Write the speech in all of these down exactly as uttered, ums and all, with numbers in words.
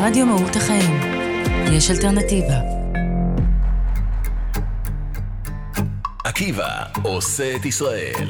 רדיו מהות החיים. יש אלטרנטיבה. עקיבא עושה את ישראל.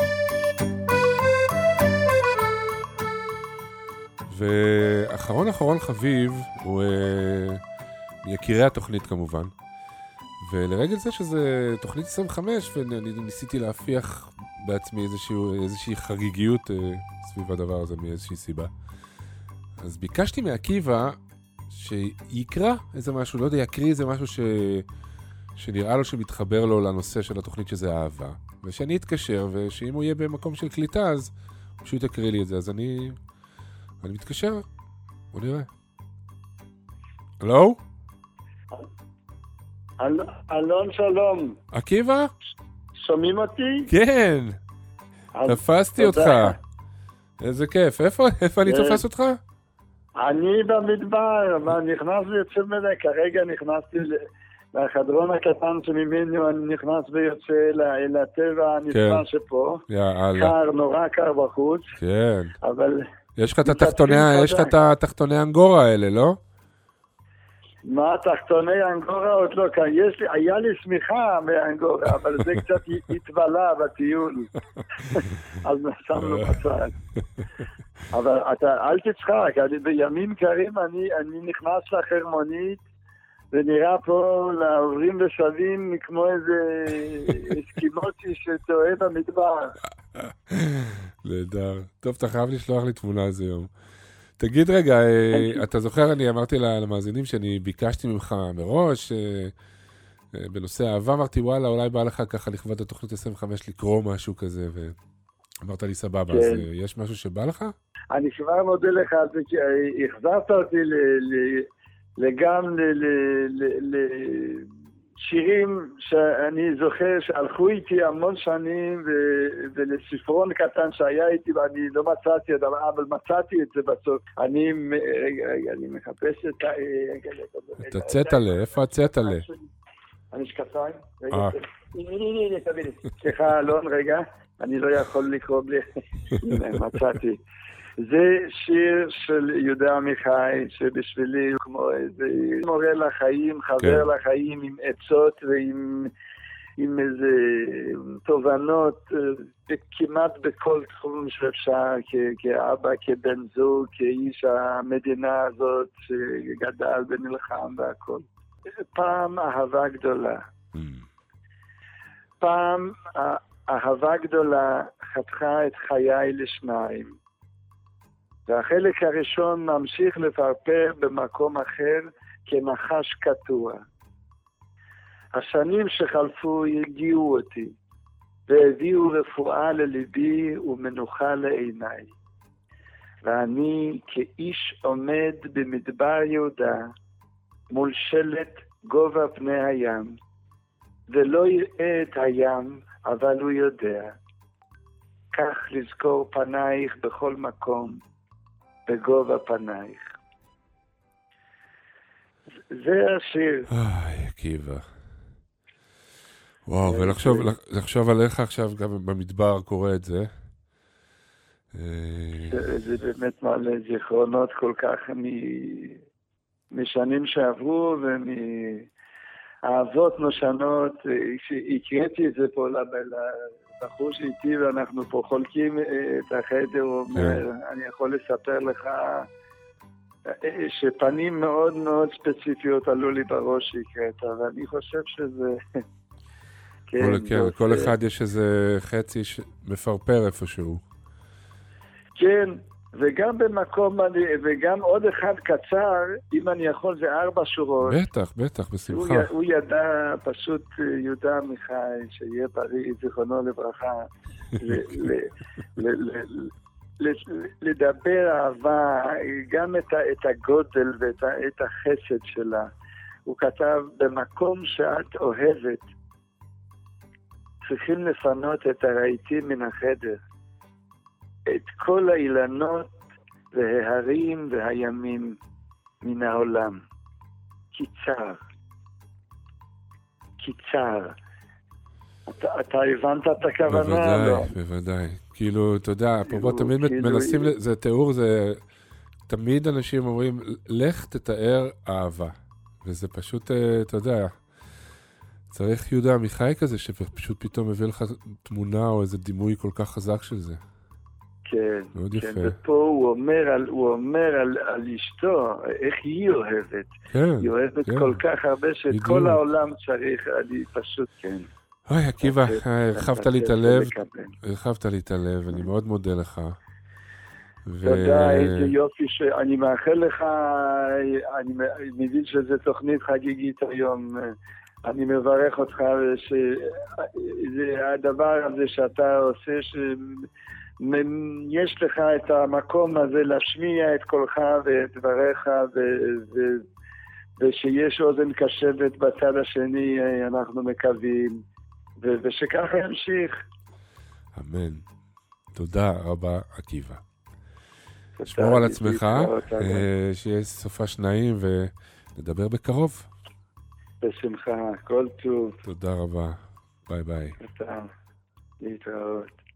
ואחרון אחרון חביב הוא מיקירי התוכנית כמובן. ולרגל זה שזה תוכנית עשרים וחמש, ואני ניסיתי להפיח בעצמי איזושהי, איזושהי חגיגיות סביב הדבר הזה מאיזושהי סיבה. אז ביקשתי מעקיבא שיקרא איזה משהו, לא יודע, יקריא איזה משהו ש... שנראה לו שמתחבר לו לנושא של התוכנית שזה אהבה. ושאני אתקשר, ושאם הוא יהיה במקום של קליטה, אז הוא פשוט יקריא לי את זה. אז אני... אני מתקשר, בוא נראה. הלו? אלון שלום. עקיבא? שומעים אותי? כן. תפסתי אותך. איזה כיף. איפה, איפה אני תופס אותך? אני במדבר, אבל נכנס ויוצא מזה. כרגע נכנסתי לחדרון הקטן שממנו אני נכנס ויוצא לטבע הנפלא שפה. קר, נורא קר בחוץ. כן. אבל... יש לך את התחתוני, יש לך את התחתוני אנגורה האלה, לא? מה, תחתוני אנגורה עוד לא כאן. יש לי, היה לי סמיכה מאנגורה, אבל זה קצת התבלה בטיול. אז שמנו בצד. אבל אתה, אל תצחק, בימים קרים אני, אני נכנס לחרמונית, ונראה פה לעוברים ושבים כמו איזה אסקימוצי שטועה במדבר. נהדר. טוב, אתה חייב לשלוח לי תמונה איזה יום. תגיד רגע, אתה זוכר, אני אמרתי למאזינים שאני ביקשתי ממך מראש, בנושא אהבה, אמרתי, וואלה, אולי בא לך ככה לכבוד התוכנית עשרים וחמש לקרוא משהו כזה, ואמרת לי סבבה, אז יש משהו שבא לך? אני כבר מודה לך, החזרת אותי גם לשירים שאני זוכר שהלכו איתי המון שנים, ולספרון קטן שהיה איתי, ואני לא מצאתי את זה, אבל מצאתי את זה בסוף. אני, רגע, רגע, אני מחפש את ה... אתה צטלה, איפה הצטלה? אני שקפיים, רגע, הנה, הנה, הנה, תביא לי. סליחה, אלון, רגע, אני לא יכול לקרוא בלי... הנה, מצאתי. זה שיר של יהודה עמיחי, שבשבילי הוא כמו איזה מורה לחיים, חבר כן. לחיים, עם עצות ועם עם איזה תובנות, כמעט בכל תחום שאפשר, כ- כאבא, כבן זוג, כאיש המדינה הזאת שגדל ונלחם והכל. פעם אהבה גדולה. Mm. פעם אהבה גדולה חתכה את חיי לשניים. והחלק הראשון ממשיך לפרפר במקום אחר כנחש קטוע. השנים שחלפו הגיעו אותי, והביאו רפואה לליבי ומנוחה לעיניי. ואני כאיש עומד במדבר יהודה, מול שלט גובה פני הים, ולא יראה את הים, אבל הוא יודע. כך לזכור פנייך בכל מקום, בגובה פנייך. זה השיר. איי, עקיבא. וואו, ולחשוב לחשוב עליך עכשיו גם במדבר קורא את זה. זה באמת מעלה זיכרונות כל כך משנים שעברו ומאהבות נושנות. הקראתי את זה פה לבחור שאיתי ואנחנו פה חולקים את החדר, הוא אומר, אני יכול לספר לך שפנים מאוד מאוד ספציפיות עלו לי בראש שהקראת, ואני חושב שזה... כן, כן, כל אחד יש איזה חצי מפרפר איפשהו. כן, וגם במקום, וגם עוד אחד קצר, אם אני יכול, זה ארבע שורות. בטח, בטח, בשמחה. הוא, הוא ידע פשוט יהודה עמיחי, שיהיה בריא, זיכרונו לברכה, ל, ל, ל, ל, ל, לדבר אהבה, גם את, את הגודל ואת את החסד שלה. הוא כתב, במקום שאת אוהבת, צריכים לפנות את הרהיטים מן החדר, את כל האילנות וההרים והימים מן העולם. קיצר. קיצר. אתה, אתה הבנת את הכוונה? בוודאי, לא? בוודאי. כאילו, אתה יודע, פה תמיד כאילו... מנסים, זה תיאור, זה תמיד אנשים אומרים, לך תתאר אהבה. וזה פשוט, אתה יודע, צריך יהודה עמיחי כזה, שפשוט פתאום מביא לך תמונה או איזה דימוי כל כך חזק של זה. כן, מאוד כן, יפה. ופה הוא אומר, על, הוא אומר על, על אשתו, איך היא אוהבת. כן, היא אוהבת כן. כל כך הרבה שאת בדיוק. כל העולם צריך, אני פשוט, כן. אוי, עקיבא, הרחבת לי את הלב, לקבל. הרחבת לי את הלב, אני מאוד מודה לך. ו- תודה, איזה יופי שאני מאחל לך, אני מבין שזו תוכנית חגיגית היום. אני מברך אותך, שזה הדבר הזה שאתה עושה, שיש לך את המקום הזה להשמיע את קולך ואת דבריך, ו- ו- ושיש אוזן קשבת בצד השני, אנחנו מקווים, ו- ושככה ימשיך. אמן. תודה רבה, עקיבא. שמור על עצמך, אה, שיהיה סופה שניים, ונדבר בקרוב. בשמחה, כל טוב. תודה רבה. ביי ביי. תודה. להתראות.